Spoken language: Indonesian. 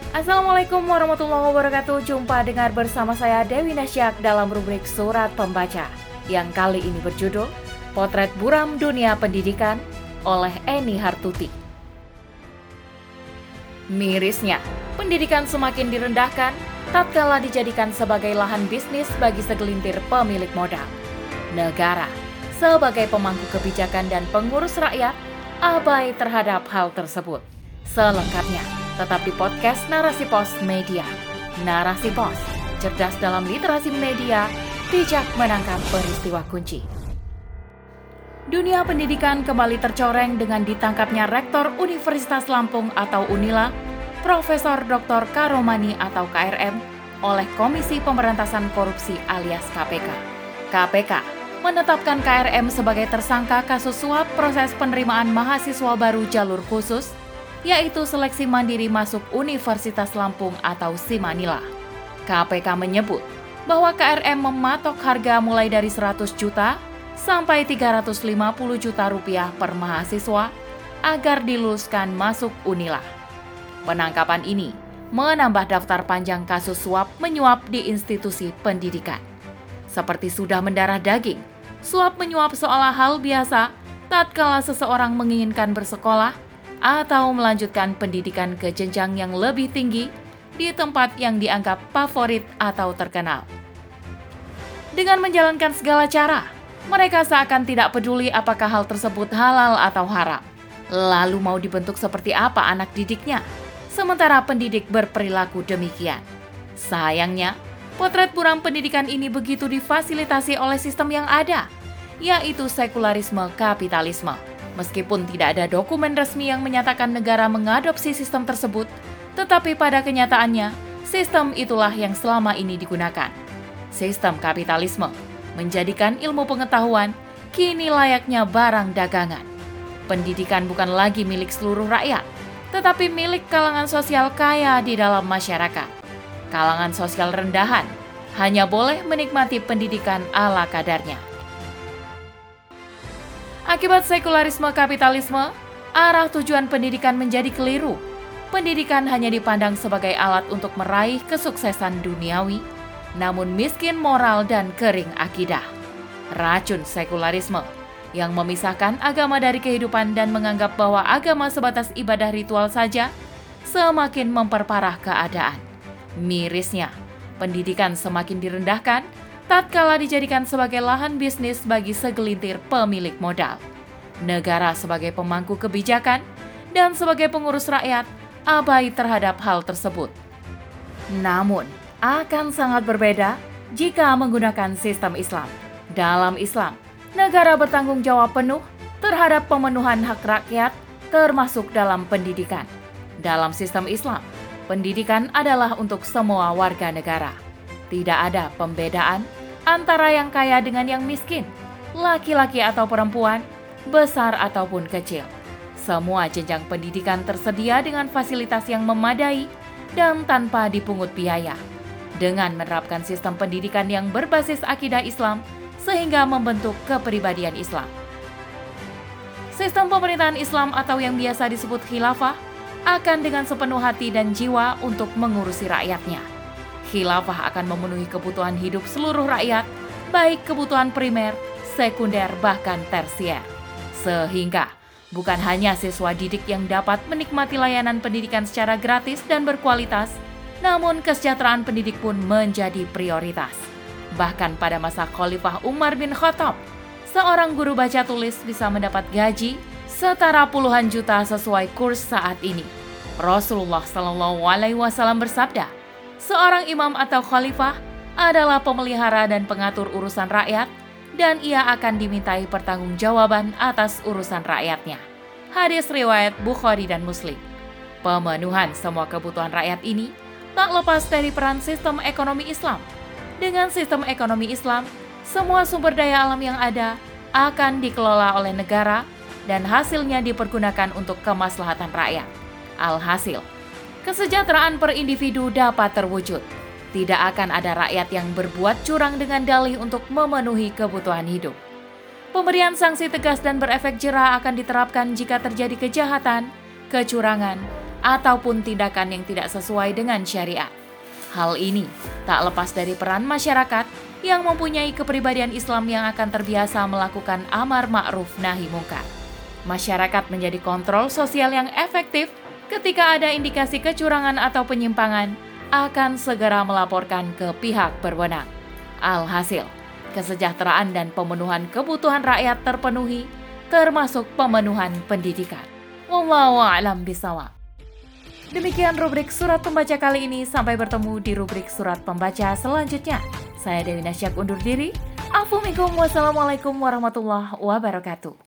Assalamualaikum warahmatullahi wabarakatuh. Jumpa dengar bersama saya Dewi Nasyak dalam rubrik Surat Pembaca yang kali ini berjudul Potret Buram Dunia Pendidikan oleh Eni Hartuti. Mirisnya, pendidikan semakin direndahkan tatkala dijadikan sebagai lahan bisnis bagi segelintir pemilik modal. Negara sebagai pemangku kebijakan dan pengurus rakyat abai terhadap hal tersebut. Selengkapnya tetap di podcast Narasi Pos Media. Narasi Pos, cerdas dalam literasi media, bijak menangkap peristiwa kunci. Dunia pendidikan kembali tercoreng dengan ditangkapnya Rektor Universitas Lampung atau Unila, Profesor Dr. Karomani atau KRM, oleh Komisi Pemberantasan Korupsi alias KPK. KPK menetapkan KRM sebagai tersangka kasus suap proses penerimaan mahasiswa baru jalur khusus, yaitu seleksi mandiri masuk Universitas Lampung atau Simanila. KPK menyebut bahwa KRM mematok harga mulai dari 100 juta sampai 350 juta rupiah per mahasiswa agar diluluskan masuk Unila. Penangkapan ini menambah daftar panjang kasus suap menyuap di institusi pendidikan. Seperti sudah mendarah daging, suap menyuap seolah hal biasa tatkala seseorang menginginkan bersekolah atau melanjutkan pendidikan ke jenjang yang lebih tinggi di tempat yang dianggap favorit atau terkenal. Dengan menjalankan segala cara, mereka seakan tidak peduli apakah hal tersebut halal atau haram. Lalu mau dibentuk seperti apa anak didiknya, sementara pendidik berperilaku demikian. Sayangnya, potret buram pendidikan ini begitu difasilitasi oleh sistem yang ada, yaitu sekularisme kapitalisme. Meskipun tidak ada dokumen resmi yang menyatakan negara mengadopsi sistem tersebut, tetapi pada kenyataannya, sistem itulah yang selama ini digunakan. Sistem kapitalisme menjadikan ilmu pengetahuan kini layaknya barang dagangan. Pendidikan bukan lagi milik seluruh rakyat, tetapi milik kalangan sosial kaya di dalam masyarakat. Kalangan sosial rendahan hanya boleh menikmati pendidikan ala kadarnya. Akibat sekularisme kapitalisme, arah tujuan pendidikan menjadi keliru. Pendidikan hanya dipandang sebagai alat untuk meraih kesuksesan duniawi, namun miskin moral dan kering akidah. Racun sekularisme yang memisahkan agama dari kehidupan dan menganggap bahwa agama sebatas ibadah ritual saja, semakin memperparah keadaan. Mirisnya, pendidikan semakin direndahkan tatkala dijadikan sebagai lahan bisnis bagi segelintir pemilik modal. Negara sebagai pemangku kebijakan dan sebagai pengurus rakyat abai terhadap hal tersebut. Namun, akan sangat berbeda jika menggunakan sistem Islam. Dalam Islam, negara bertanggung jawab penuh terhadap pemenuhan hak rakyat, termasuk dalam pendidikan. Dalam sistem Islam, pendidikan adalah untuk semua warga negara. Tidak ada pembedaan antara yang kaya dengan yang miskin, laki-laki atau perempuan, besar ataupun kecil. Semua jenjang pendidikan tersedia dengan fasilitas yang memadai dan tanpa dipungut biaya. Dengan menerapkan sistem pendidikan yang berbasis akidah Islam sehingga membentuk kepribadian Islam. Sistem pemerintahan Islam atau yang biasa disebut khilafah akan dengan sepenuh hati dan jiwa untuk mengurusi rakyatnya. Khilafah akan memenuhi kebutuhan hidup seluruh rakyat, baik kebutuhan primer, sekunder, bahkan tersier. Sehingga bukan hanya siswa didik yang dapat menikmati layanan pendidikan secara gratis dan berkualitas, namun kesejahteraan pendidik pun menjadi prioritas. Bahkan pada masa Khalifah Umar bin Khattab, seorang guru baca tulis bisa mendapat gaji setara puluhan juta sesuai kurs saat ini. Rasulullah SAW bersabda, seorang imam atau khalifah adalah pemelihara dan pengatur urusan rakyat, dan ia akan dimintai pertanggungjawaban atas urusan rakyatnya. Hadis riwayat Bukhari dan Muslim. Pemenuhan semua kebutuhan rakyat ini tak lepas dari peran sistem ekonomi Islam. Dengan sistem ekonomi Islam, semua sumber daya alam yang ada akan dikelola oleh negara dan hasilnya dipergunakan untuk kemaslahatan rakyat. Alhasil, kesejahteraan per individu dapat terwujud. Tidak akan ada rakyat yang berbuat curang dengan dalih untuk memenuhi kebutuhan hidup. Pemberian sanksi tegas dan berefek jera akan diterapkan jika terjadi kejahatan, kecurangan, ataupun tindakan yang tidak sesuai dengan syariat. Hal ini tak lepas dari peran masyarakat yang mempunyai kepribadian Islam yang akan terbiasa melakukan amar ma'ruf nahi mungkar. Masyarakat menjadi kontrol sosial yang efektif ketika ada indikasi kecurangan atau penyimpangan, akan segera melaporkan ke pihak berwenang. Alhasil, kesejahteraan dan pemenuhan kebutuhan rakyat terpenuhi, termasuk pemenuhan pendidikan. Wallahu a'lam bishawab. Demikian rubrik surat pembaca kali ini. Sampai bertemu di rubrik surat pembaca selanjutnya. Saya Dewi Nasyak undur diri. Assalamualaikum warahmatullahi wabarakatuh.